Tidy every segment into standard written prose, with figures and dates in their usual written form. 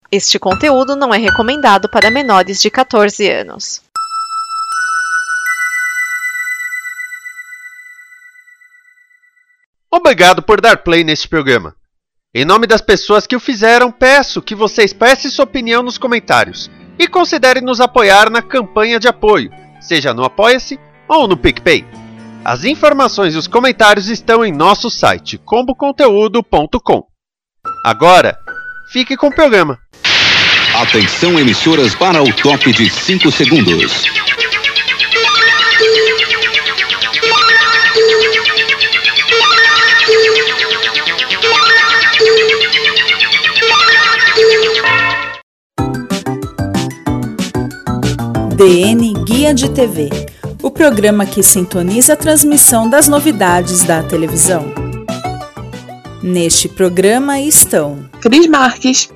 Este conteúdo não é recomendado para menores de 14 anos. Obrigado por dar play neste programa. Em nome das pessoas que o fizeram, peço que você expresse sua opinião nos comentários e considere nos apoiar na campanha de apoio, seja no Apoia-se ou no PicPay. As informações e os comentários estão em nosso site, comboconteúdo.com. Agora, fique com o programa. Atenção, emissoras, para o top de 5 segundos. DN Guia de TV, o programa que sintoniza a transmissão das novidades da televisão. Neste programa estão Cris Marques,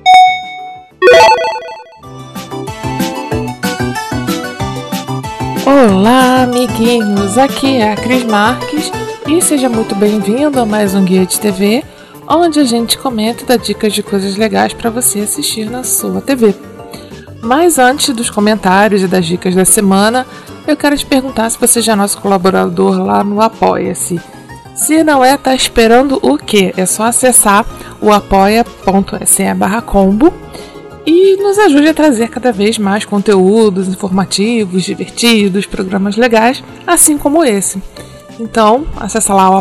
olá, amiguinhos, aqui é a Cris Marques e seja muito bem-vindo a mais um Guia de TV, onde a gente comenta e dá dicas de coisas legais para você assistir na sua TV. Mas antes dos comentários e das dicas da semana, eu quero te perguntar se você já é nosso colaborador lá no Apoia-se. Se não é, tá esperando o quê? É só acessar o apoia.se/combo e nos ajude a trazer cada vez mais conteúdos informativos, divertidos, programas legais, assim como esse. Então, acessa lá o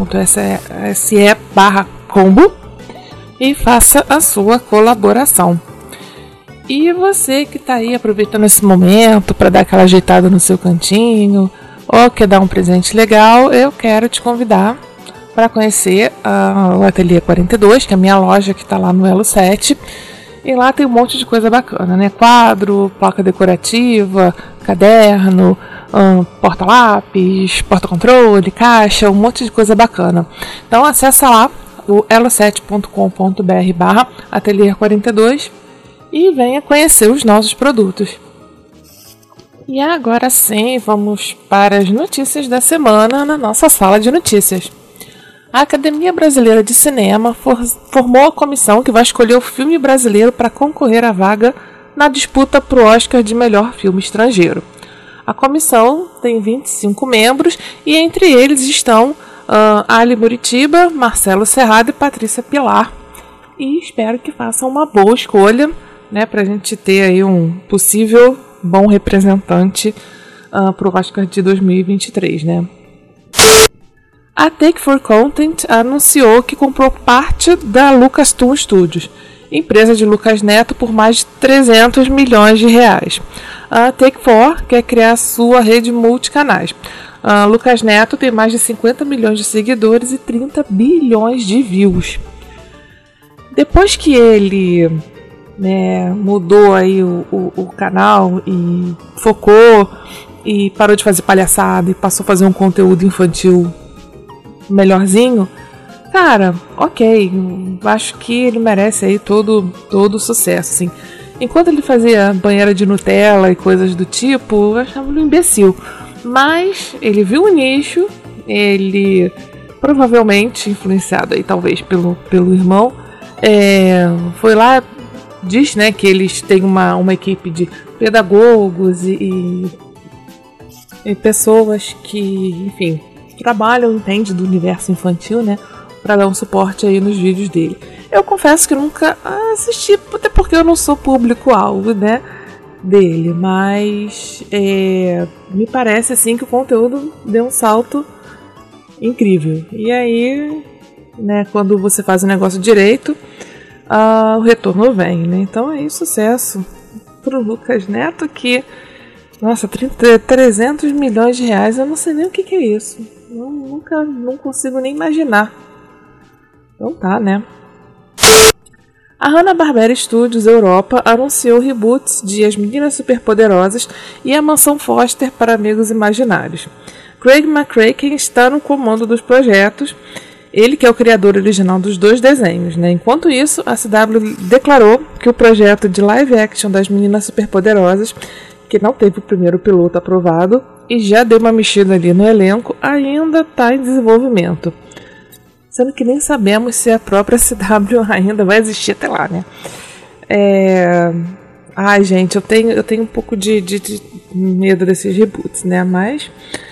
apoia.se/combo e faça a sua colaboração. E você que está aí aproveitando esse momento para dar aquela ajeitada no seu cantinho ou quer dar um presente legal, eu quero te convidar para conhecer o Ateliê 42, que é a minha loja que está lá no Elo 7. E lá tem um monte de coisa bacana, né? Quadro, placa decorativa, caderno, porta-lápis, porta-controle, caixa, um monte de coisa bacana. Então acessa lá o elo7.com.br/Ateliê 42 e venha conhecer os nossos produtos. E agora sim, vamos para as notícias da semana na nossa sala de notícias. A Academia Brasileira de Cinema formou a comissão que vai escolher o filme brasileiro para concorrer à vaga na disputa para o Oscar de melhor filme estrangeiro. A comissão tem 25 membros e entre eles estão Ali Muritiba, Marcelo Serrado e Patrícia Pilar. E espero que façam uma boa escolha, né, para a gente ter aí um possível bom representante para o Oscar de 2023, né? A Take4 Content anunciou que comprou parte da Lucasfilm Studios, empresa de Lucas Neto, por mais de 300 milhões de reais. A Take4 quer criar sua rede multicanais. Lucas Neto tem mais de 50 milhões de seguidores e 30 bilhões de views. Depois que ele mudou aí o canal e focou e parou de fazer palhaçada e passou a fazer um conteúdo infantil melhorzinho, cara, ok, acho que ele merece aí todo o sucesso, assim. Enquanto ele fazia banheira de Nutella e coisas do tipo, eu achava ele um imbecil, mas ele viu o nicho, ele provavelmente influenciado aí talvez pelo irmão, foi lá. Diz, né, que eles têm uma equipe de pedagogos e pessoas que, enfim, trabalham, entendem do universo infantil, né, para dar um suporte aí nos vídeos dele. Eu confesso que nunca assisti, até porque eu não sou público-alvo, né, dele, mas me parece assim que o conteúdo deu um salto incrível. E aí, né, quando você faz o negócio direito, o retorno vem, né? Então é isso, sucesso pro Lucas Neto, que, nossa, 300 milhões de reais, eu não sei nem o que é isso. Não consigo nem imaginar. Então tá, né? A Hanna-Barbera Studios Europa anunciou reboots de As Meninas Superpoderosas e A Mansão Foster para Amigos Imaginários. Craig McCracken está no comando dos projetos. Ele que é o criador original dos dois desenhos, né? Enquanto isso, a CW declarou que o projeto de live action das Meninas Superpoderosas, que não teve o primeiro piloto aprovado e já deu uma mexida ali no elenco, ainda está em desenvolvimento. Sendo que nem sabemos se a própria CW ainda vai existir até lá, né? Ai, gente, eu tenho um pouco de medo desses reboots, né? Mas,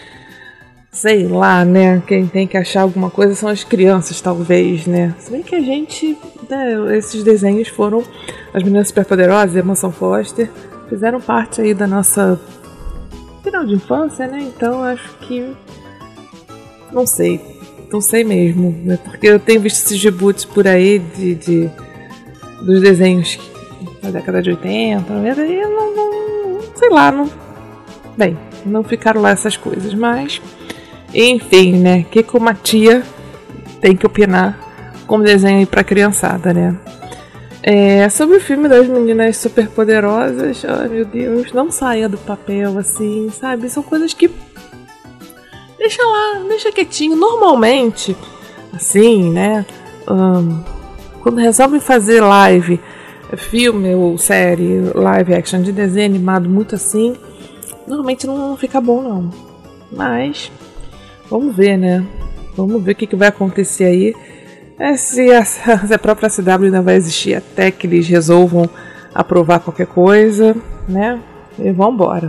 sei lá, né? Quem tem que achar alguma coisa são as crianças, talvez, né? Se bem que a gente, né, esses desenhos foram As Meninas Superpoderosas e a Mansão Foster, fizeram parte aí da nossa final de infância, né? Então acho que não sei mesmo, né? Porque eu tenho visto esses reboots por aí dos desenhos da década de 80, 90, e não sei lá, não ficaram lá essas coisas, mas enfim, né? Que como a tia tem que opinar como desenho aí pra criançada, né? Sobre o filme das Meninas Superpoderosas, ai meu Deus, não saia do papel assim, sabe? São coisas que deixa lá, deixa quietinho. Normalmente, assim, né? Quando resolvem fazer filme ou série, live action de desenho animado muito assim, normalmente não fica bom não. Mas vamos ver, né? Vamos ver o que vai acontecer aí. Se a própria CW ainda vai existir até que eles resolvam aprovar qualquer coisa, né? E vambora.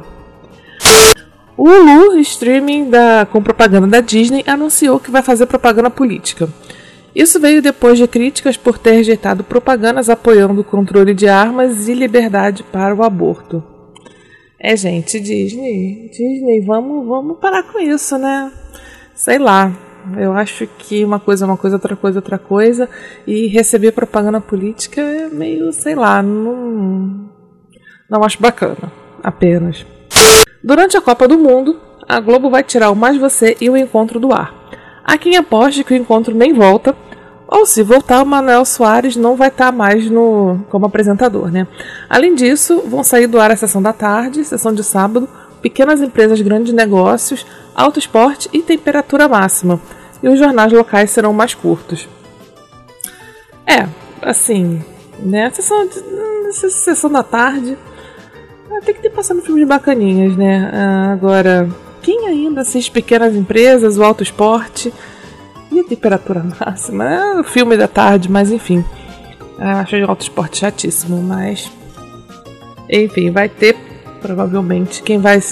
O Hulu, streaming com propaganda da Disney, anunciou que vai fazer propaganda política. Isso veio depois de críticas por ter rejeitado propagandas apoiando o controle de armas e liberdade para o aborto. Gente, Disney, vamos parar com isso, né? Sei lá, eu acho que uma coisa é uma coisa, outra coisa é outra coisa, e receber propaganda política é meio, sei lá, não acho bacana, apenas. Durante a Copa do Mundo, a Globo vai tirar o Mais Você e o Encontro do ar. Há quem aposte que o encontro nem volta, ou se voltar, o Manuel Soares não vai estar mais como apresentador, né? Além disso, vão sair do ar a Sessão da Tarde, Sessão de Sábado, Pequenas Empresas, Grandes Negócios, Alto Esporte e Temperatura Máxima. E os jornais locais serão mais curtos. Assim, né? Sessão da Tarde tem que ter passando filmes bacaninhas, né? Agora, quem ainda assiste Pequenas Empresas, o Alto Esporte e a Temperatura Máxima? É o filme da tarde, mas enfim. Acho o Alto Esporte chatíssimo, mas enfim, vai ter provavelmente quem vai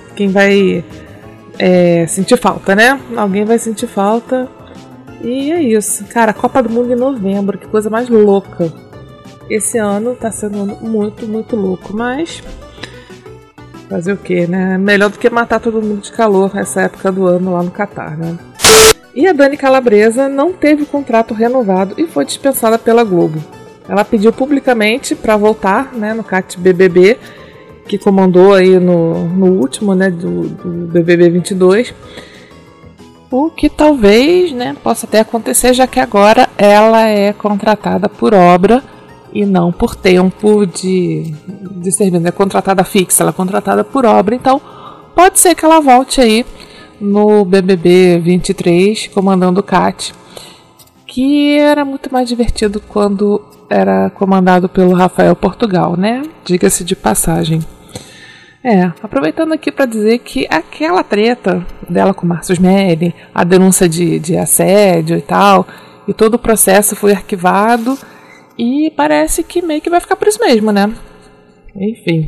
sentir falta, né? Alguém vai sentir falta. E é isso. Cara, Copa do Mundo em novembro, que coisa mais louca. Esse ano tá sendo um ano muito, muito louco, mas fazer o que, né? Melhor do que matar todo mundo de calor nessa época do ano lá no Catar, né? E a Dani Calabresa não teve o contrato renovado e foi dispensada pela Globo. Ela pediu publicamente para voltar, né, no CAT BBB, que comandou aí no último, né, do BBB 22. O que talvez, né, possa até acontecer, já que agora ela é contratada por obra e não por tempo de serviço. É contratada fixa, ela é contratada por obra, então pode ser que ela volte aí no BBB 23 comandando o CAT, que era muito mais divertido quando era comandado pelo Rafael Portugal, né? Diga-se de passagem. Aproveitando aqui para dizer que aquela treta dela com o Márcio Smelly, a denúncia de assédio e tal, e todo o processo foi arquivado e parece que meio que vai ficar por isso mesmo, né? Enfim.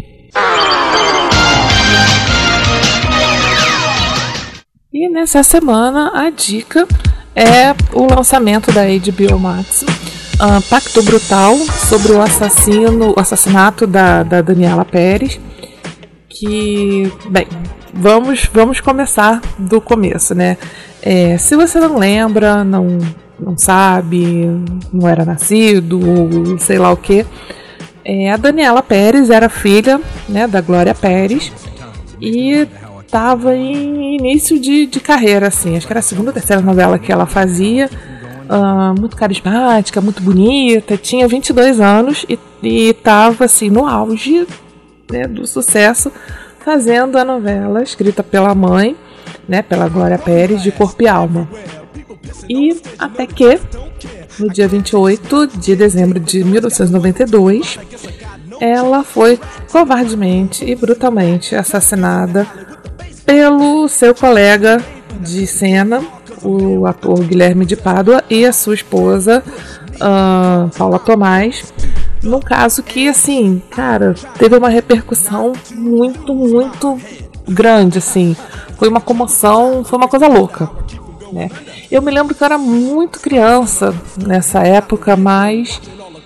E nessa semana a dica é o lançamento da HBO Max, Pacto Brutal, sobre o assassinato da Daniela Pérez. Que, bem, vamos começar do começo, né? Se você não lembra, não sabe, não era nascido, ou sei lá o que, a Daniela Pérez era filha, né, da Glória Pérez e estava em início de carreira, assim, acho que era a segunda ou terceira novela que ela fazia, muito carismática, muito bonita, tinha 22 anos e estava assim, no auge, né, do sucesso, fazendo a novela escrita pela mãe, né, pela Glória Pérez, de Corpo e Alma. E até que, no dia 28 de dezembro de 1992, ela foi covardemente e brutalmente assassinada pelo seu colega de cena, o ator Guilherme de Pádua, e a sua esposa, Paula Tomás, num caso que, assim, cara, teve uma repercussão muito, muito grande, assim. Foi uma comoção, foi uma coisa louca, né? Eu me lembro que eu era muito criança nessa época, mas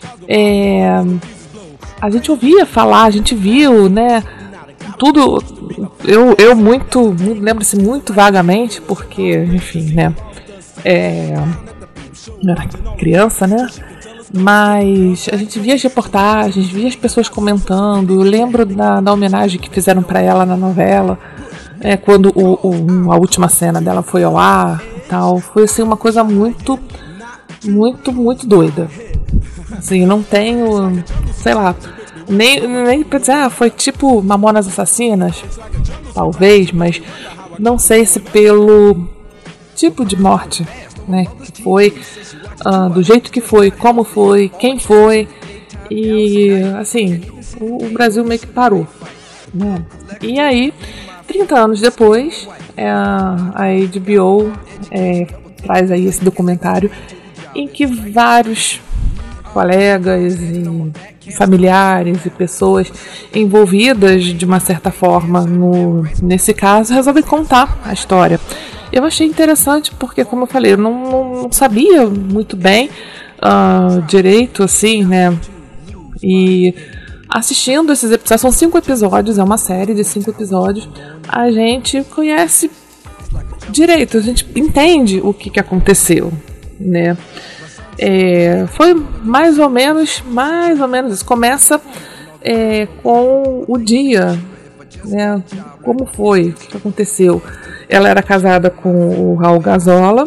a gente ouvia falar, a gente viu, né? Tudo, eu muito lembro-se muito vagamente, porque, enfim, né? Eu era criança, né? Mas a gente via as reportagens, via as pessoas comentando. Eu lembro da homenagem que fizeram para ela na novela, quando a última cena dela foi ao ar e tal. Foi assim, uma coisa muito, muito, muito doida. Assim, não tenho, sei lá, nem pra dizer, foi tipo Mamonas Assassinas, talvez, mas não sei se pelo tipo de morte, né, que foi, do jeito que foi, como foi, quem foi, e assim, o Brasil meio que parou, né? E aí, 30 anos depois, a HBO traz aí esse documentário em que vários colegas e familiares e pessoas envolvidas de uma certa forma nesse caso resolvem contar a história. Eu achei interessante porque, como eu falei, eu não sabia muito bem direito, assim, né? E assistindo esses episódios, são 5 episódios, é uma série de 5 episódios, a gente conhece direito, a gente entende o que aconteceu, né? Foi mais ou menos isso. Começa com o dia, né? Como foi, o que aconteceu. Ela era casada com o Raul Gazola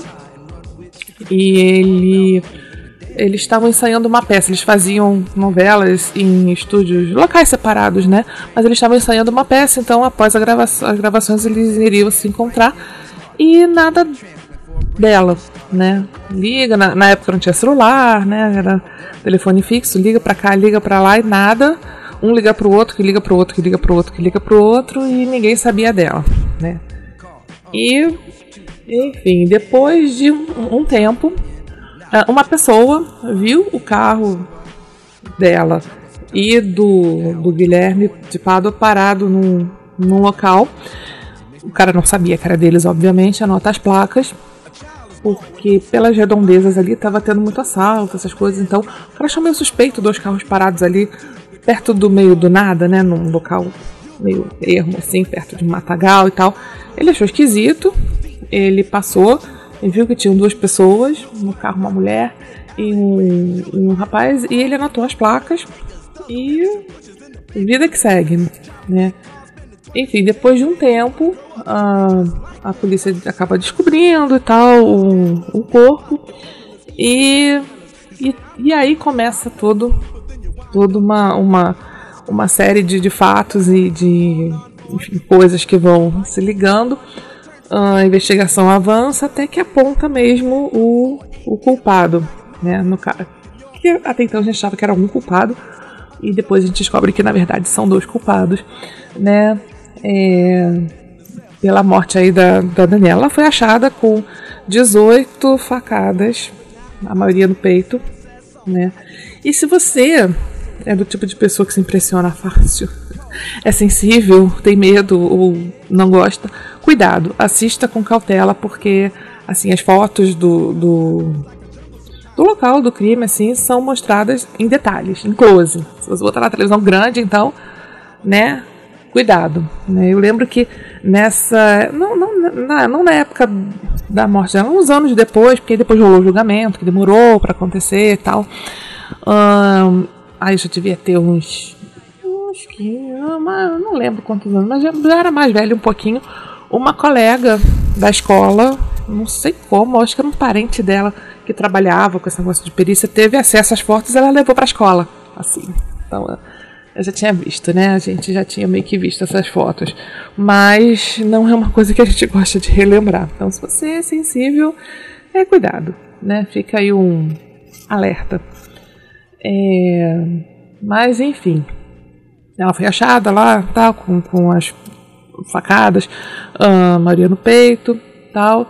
e eles estavam ensaiando uma peça. Eles faziam novelas em estúdios, locais separados, né? Mas eles estavam ensaiando uma peça, então após as gravações eles iriam se encontrar e nada dela, né? Liga, na época não tinha celular, né? Era telefone fixo, liga pra cá, liga pra lá e nada. Um liga pro outro, que liga pro outro, que liga pro outro, que liga pro outro e ninguém sabia dela, né? E, enfim, depois de um tempo, uma pessoa viu o carro dela e do Guilherme de Pádua parado num local. O cara não sabia que era deles, obviamente, anota as placas, porque pelas redondezas ali estava tendo muito assalto, essas coisas. Então o cara achou meio suspeito 2 carros parados ali perto do meio do nada, né, num local meio ermo assim, perto de um matagal e tal. Ele achou esquisito, ele passou e viu que tinham 2 pessoas no carro, uma mulher e um rapaz, e ele anotou as placas e vida que segue, né? Enfim, depois de um tempo, a polícia acaba descobrindo e tal o corpo e aí começa toda uma série de fatos e de enfim, coisas que vão se ligando. A investigação avança até que aponta mesmo o culpado, né? No caso, que até então a gente achava que era um culpado e depois a gente descobre que na verdade são 2 culpados, né? Pela morte aí da Daniela. Ela foi achada com 18 facadas, a maioria no peito, né? E se você é do tipo de pessoa que se impressiona fácil, é sensível, tem medo ou não gosta, cuidado, assista com cautela, porque assim, as fotos do local do crime assim, são mostradas em detalhes, em close. Se você botar na televisão grande, então, né, cuidado, né? Eu lembro que nessa... Não na época da morte dela, uns anos depois, porque depois rolou o julgamento, que demorou para acontecer e tal. Aí eu já devia ter uns... Acho que... não lembro quantos anos, mas já era mais velho um pouquinho. Uma colega da escola, não sei como, acho que era um parente dela que trabalhava com esse negócio de perícia, teve acesso às fotos e ela levou para a escola. Assim, então... Eu já tinha visto, né? A gente já tinha meio que visto essas fotos. Mas não é uma coisa que a gente gosta de relembrar. Então, se você é sensível, cuidado, né? Fica aí um alerta. Mas, enfim. Ela foi achada lá, tal, com as facadas, a maioria no peito, tal.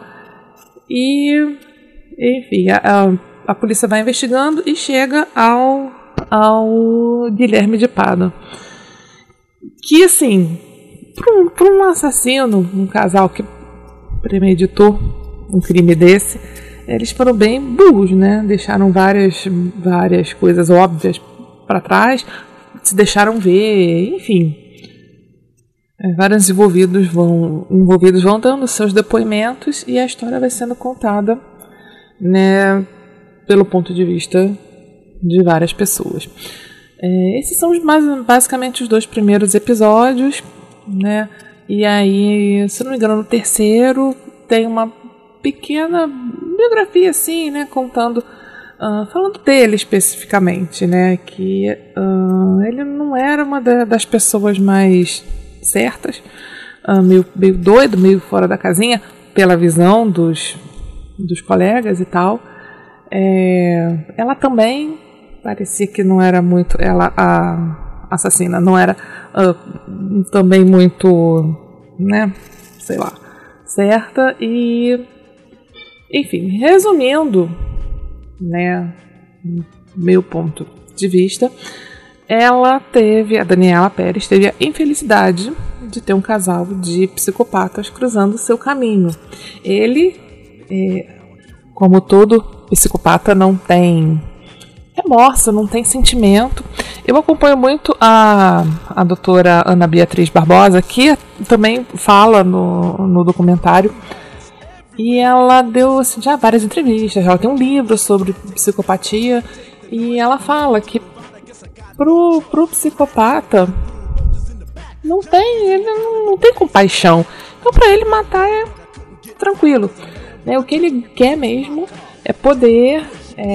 E, enfim, a polícia vai investigando e chega ao Guilherme de Pádua. Que, assim, para um assassino, um casal que premeditou um crime desse, eles foram bem burros, né? Deixaram várias coisas óbvias para trás, se deixaram ver, enfim. Vários envolvidos vão dando seus depoimentos e a história vai sendo contada, né, pelo ponto de vista de várias pessoas. Esses são basicamente os 2 primeiros episódios, né? E aí, se não me engano, no terceiro tem uma pequena biografia, assim, né, contando, falando dele especificamente, né, que ele não era uma das pessoas mais certas, meio doido, meio fora da casinha, pela visão dos colegas e tal. Ela também parecia que não era muito, a assassina não era também muito, né, sei lá, certa. E, enfim, resumindo, né, meu ponto de vista, a Daniela Pérez teve a infelicidade de ter um casal de psicopatas cruzando seu caminho. Ele, como todo psicopata, não tem remorso, não tem sentimento. Eu acompanho muito a doutora Ana Beatriz Barbosa, que também fala no documentário, e ela deu, assim, já várias entrevistas. Ela tem um livro sobre psicopatia e ela fala que pro psicopata ele não tem compaixão. Então, para ele, matar é tranquilo, né? O que ele quer mesmo é poder,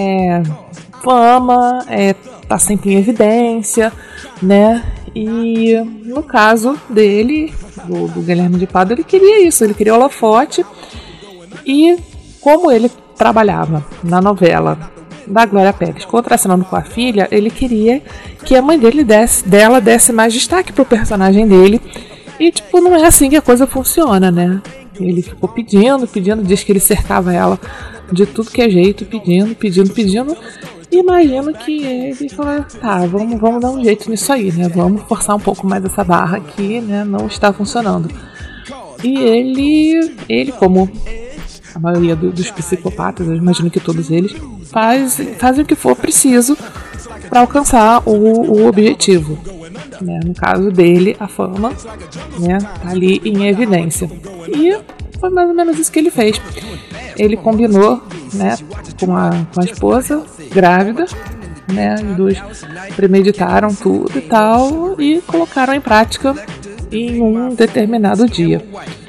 fama, tá sempre em evidência, né? E no caso dele, do Guilherme de Pádua, ele queria isso, ele queria o holofote. E como ele trabalhava na novela da Glória Pérez, contracenando com a filha, ele queria que a mãe dele desse mais destaque pro personagem dele. E, tipo, não é assim que a coisa funciona, né? Ele ficou pedindo, diz que ele cercava ela de tudo que é jeito, pedindo. E imagino que ele falou, tá, vamos dar um jeito nisso aí, né? Vamos forçar um pouco mais essa barra aqui, né? Não está funcionando. E ele como a maioria dos psicopatas, eu imagino que todos eles, fazem o que for preciso para alcançar o objetivo, né? No caso dele, a fama, né, tá ali em evidência. E foi mais ou menos isso que ele fez. Ele combinou, né, com a esposa grávida, né? Os dois premeditaram tudo e tal e colocaram em prática em um determinado dia.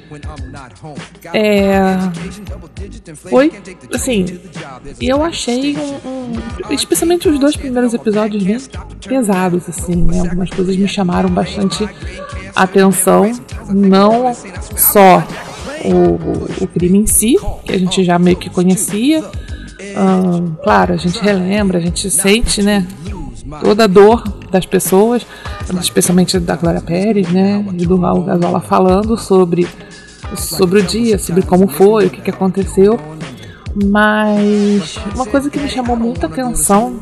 Foi assim, eu achei especialmente os 2 primeiros episódios bem pesados, assim, né? Algumas coisas me chamaram bastante atenção, não só o crime em si, que a gente já meio que conhecia, claro, a gente relembra, a gente sente, né, toda a dor das pessoas, especialmente da Glória Pérez, né, e do Raul Gazola falando sobre o dia, sobre como foi, o que aconteceu. Mas uma coisa que me chamou muita atenção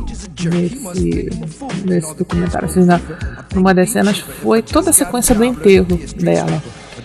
nesse documentário, assim, numa das cenas, foi toda a sequência do enterro dela.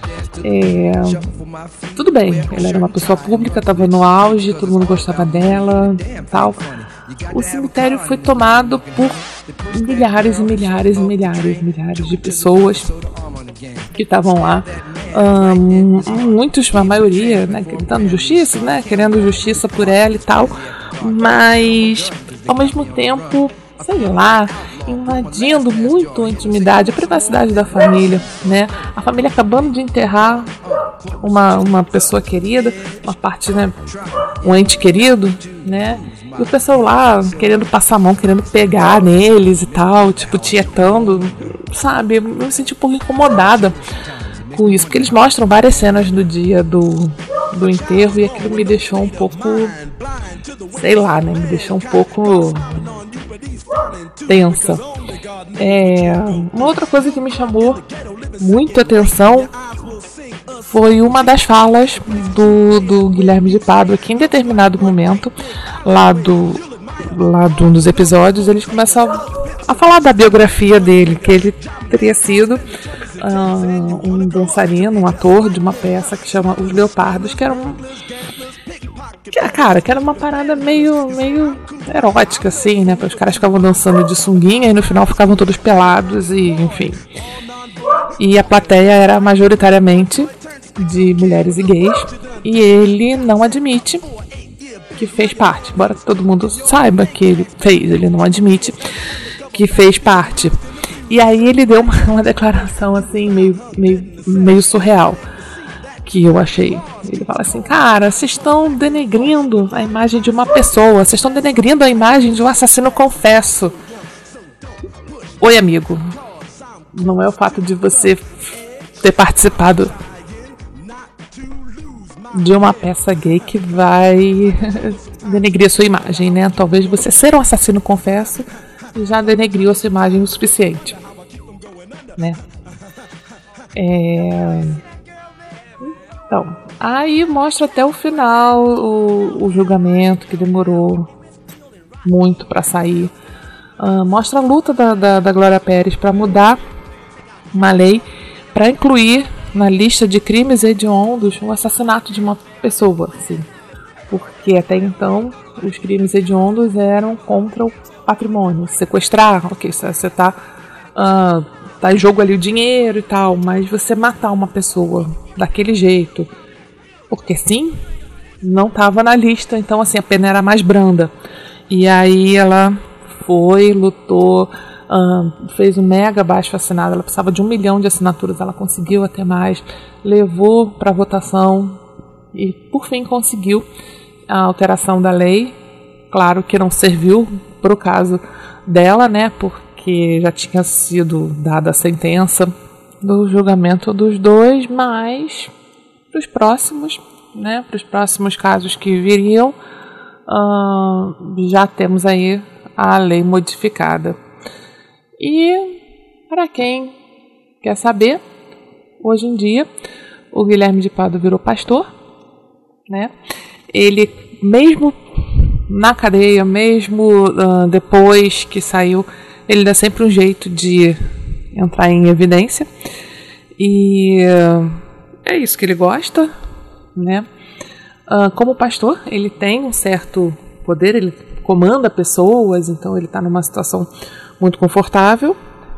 Tudo bem, ela era uma pessoa pública, estava no auge, todo mundo gostava dela, tal. O cemitério foi tomado por milhares e milhares e milhares de pessoas que estavam lá. Muitos, a maioria, né, gritando justiça, né, querendo justiça por ela e tal, mas ao mesmo tempo, sei lá, invadindo muito a intimidade, a privacidade da família, né? A família acabando de enterrar uma pessoa querida, uma parte, né, um ente querido, né? E o pessoal lá querendo passar a mão, querendo pegar neles e tal, tipo, tietando, sabe? Eu me senti um pouco incomodada com isso, porque eles mostram várias cenas do dia do enterro e aquilo me deixou um pouco, sei lá, né? Me deixou um pouco tensa. Uma outra coisa que me chamou muito a atenção foi uma das falas do Guilherme de Pádua, que em determinado momento lá lá de um dos episódios, eles começam a falar da biografia dele, que ele teria sido um dançarino, um ator de uma peça que chama Os Leopardos, que era uma parada meio erótica, assim, né? Os caras ficavam dançando de sunguinha e no final ficavam todos pelados e, enfim. E a plateia era majoritariamente de mulheres e gays, e ele não admite que fez parte, embora todo mundo saiba que ele não admite que fez parte. E aí ele deu uma declaração assim, meio surreal, que eu achei. Ele fala assim: cara, vocês estão denegrindo a imagem de uma pessoa, vocês estão denegrindo a imagem de um assassino confesso. Oi, amigo, não é o fato de você ter participado de uma peça gay que vai denegrir a sua imagem, né? Talvez você ser um assassino confesso já denegriu a sua imagem o suficiente, né? Então, aí mostra até o final o julgamento, que demorou muito para sair. Mostra a luta da Glória Pérez para mudar uma lei para incluir na lista de crimes hediondos o assassinato de uma pessoa, assim. Porque até então os crimes hediondos eram contra o patrimônio. Sequestrar, ok, você tá em jogo ali o dinheiro e tal, mas você matar uma pessoa daquele jeito, porque sim, não estava na lista, então assim, a pena era mais branda. E aí ela foi, lutou, fez um mega abaixo assinado, ela precisava de 1 milhão de assinaturas, ela conseguiu até mais, levou para votação e por fim conseguiu a alteração da lei. Claro que não serviu para o caso dela, né, porque já tinha sido dada a sentença do julgamento dos dois, mas para os próximos, né, para os próximos casos que viriam, já temos aí a lei modificada. E para quem quer saber, hoje em dia o Guilherme de Pádua virou pastor, né? Ele, mesmo na cadeia, mesmo depois que saiu, ele dá sempre um jeito de entrar em evidência, e é isso que ele gosta, né? Como pastor, ele tem um certo poder, ele comanda pessoas, então ele está numa situação muito confortável.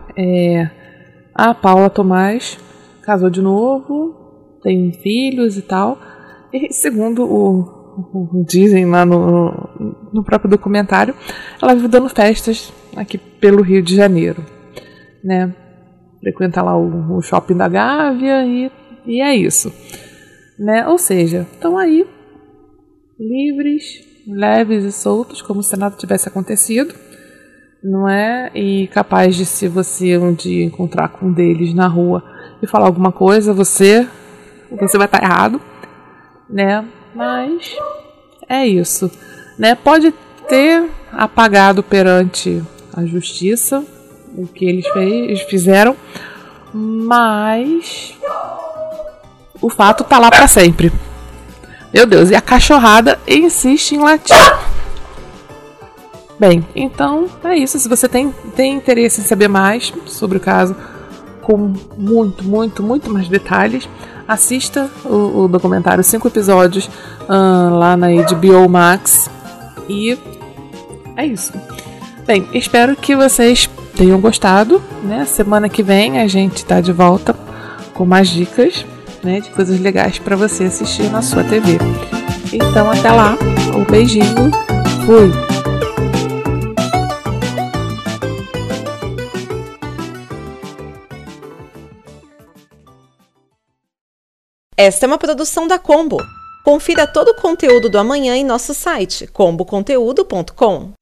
A Paula Tomás casou de novo, tem filhos e tal, e segundo dizem lá no próprio documentário, ela vive dando festas aqui pelo Rio de Janeiro, né? Frequenta lá o shopping da Gávea e é isso, né? Ou seja, estão aí livres, leves e soltos, como se nada tivesse acontecido, não é? E capaz de, se você um dia encontrar com um deles na rua e falar alguma coisa, você vai estar errado, né? Mas é isso, né? Pode ter apagado perante a justiça o que eles fizeram, mas o fato tá lá para sempre. Meu Deus, e a cachorrada insiste em latir. Bem, então é isso. Se você tem interesse em saber mais sobre o caso, com muito mais detalhes, assista o documentário, 5 episódios lá na HBO Max. E é isso. Bem, espero que vocês tenham gostado, né? Semana que vem a gente tá de volta com mais dicas, né, de coisas legais para você assistir na sua TV. Então até lá, um beijinho, fui! Esta é uma produção da Combo. Confira todo o conteúdo do amanhã em nosso site comboconteúdo.com.